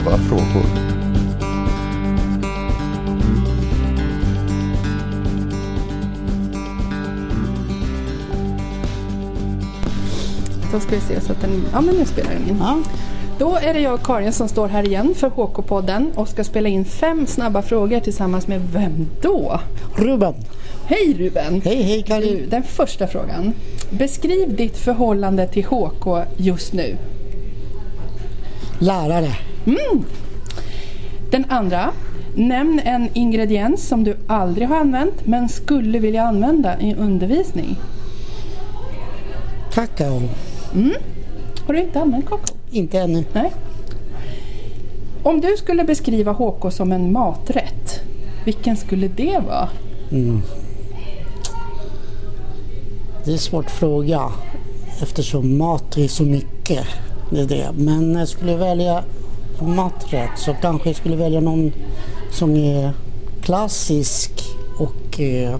snabba frågor. Då ska vi se så att den... Ja, men nu spelar den in. Ja. Då är det jag och Karin som står här igen för HK-podden och ska spela in 5 snabba frågor tillsammans med vem då? Ruben. Hej Ruben! Hej Karin. Du, den första frågan. Beskriv ditt förhållande till HK just nu. Lärare. Den andra. Nämn en ingrediens som du aldrig har använt men skulle vilja använda i undervisning. Kakao. Har du inte använt kakao? Inte ännu. Nej. Om du skulle beskriva HK som en maträtt, vilken skulle det vara? Det är en svår fråga eftersom mat är så mycket. Det är det. Men jag skulle välja maträtt så kanske jag skulle välja någon som är klassisk och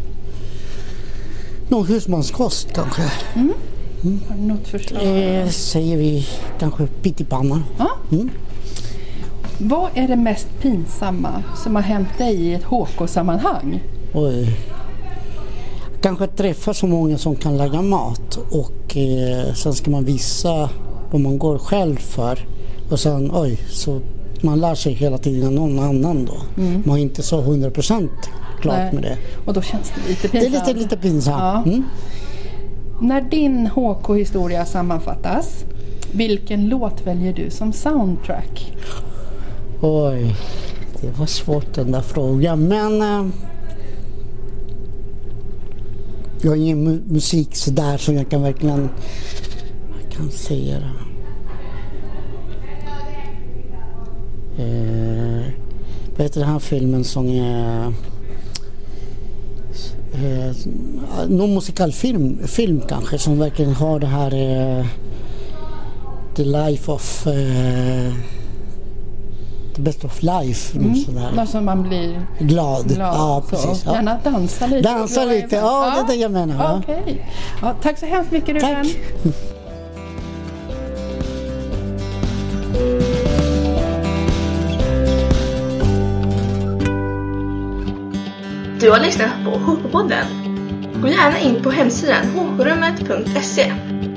någon husmanskost kanske. Har du något förslag? Säger vi kanske pyttipanna. Ja. Vad är det mest pinsamma som har hänt dig i ett HK-sammanhang? Oj. Kanske träffa så många som kan laga mat och sen ska man visa vad man går själv för. Och sen, så man lär sig hela tiden någon annan då. Man är inte så 100% klart med det. Och då känns det lite pinsamt. Det är lite pinsamt. Ja. När din HK-historia sammanfattas, vilken låt väljer du som soundtrack? Oj, det var svårt den där frågan. Men jag har ingen musik så där som jag kan verkligen säga det. Vad heter den här filmen som är någon musikalfilm kanske som verkligen har det här The Life of The Best of Life Något som man blir glad. Ja, precis. Ja. Gärna dansa lite. Dansa lite, det är det jag menar. Ja. Okej. Ja, tack så hemskt mycket Ruben. Tack. Du har lyssnat på HK-podden. Gå gärna in på hemsidan hkrummet.se.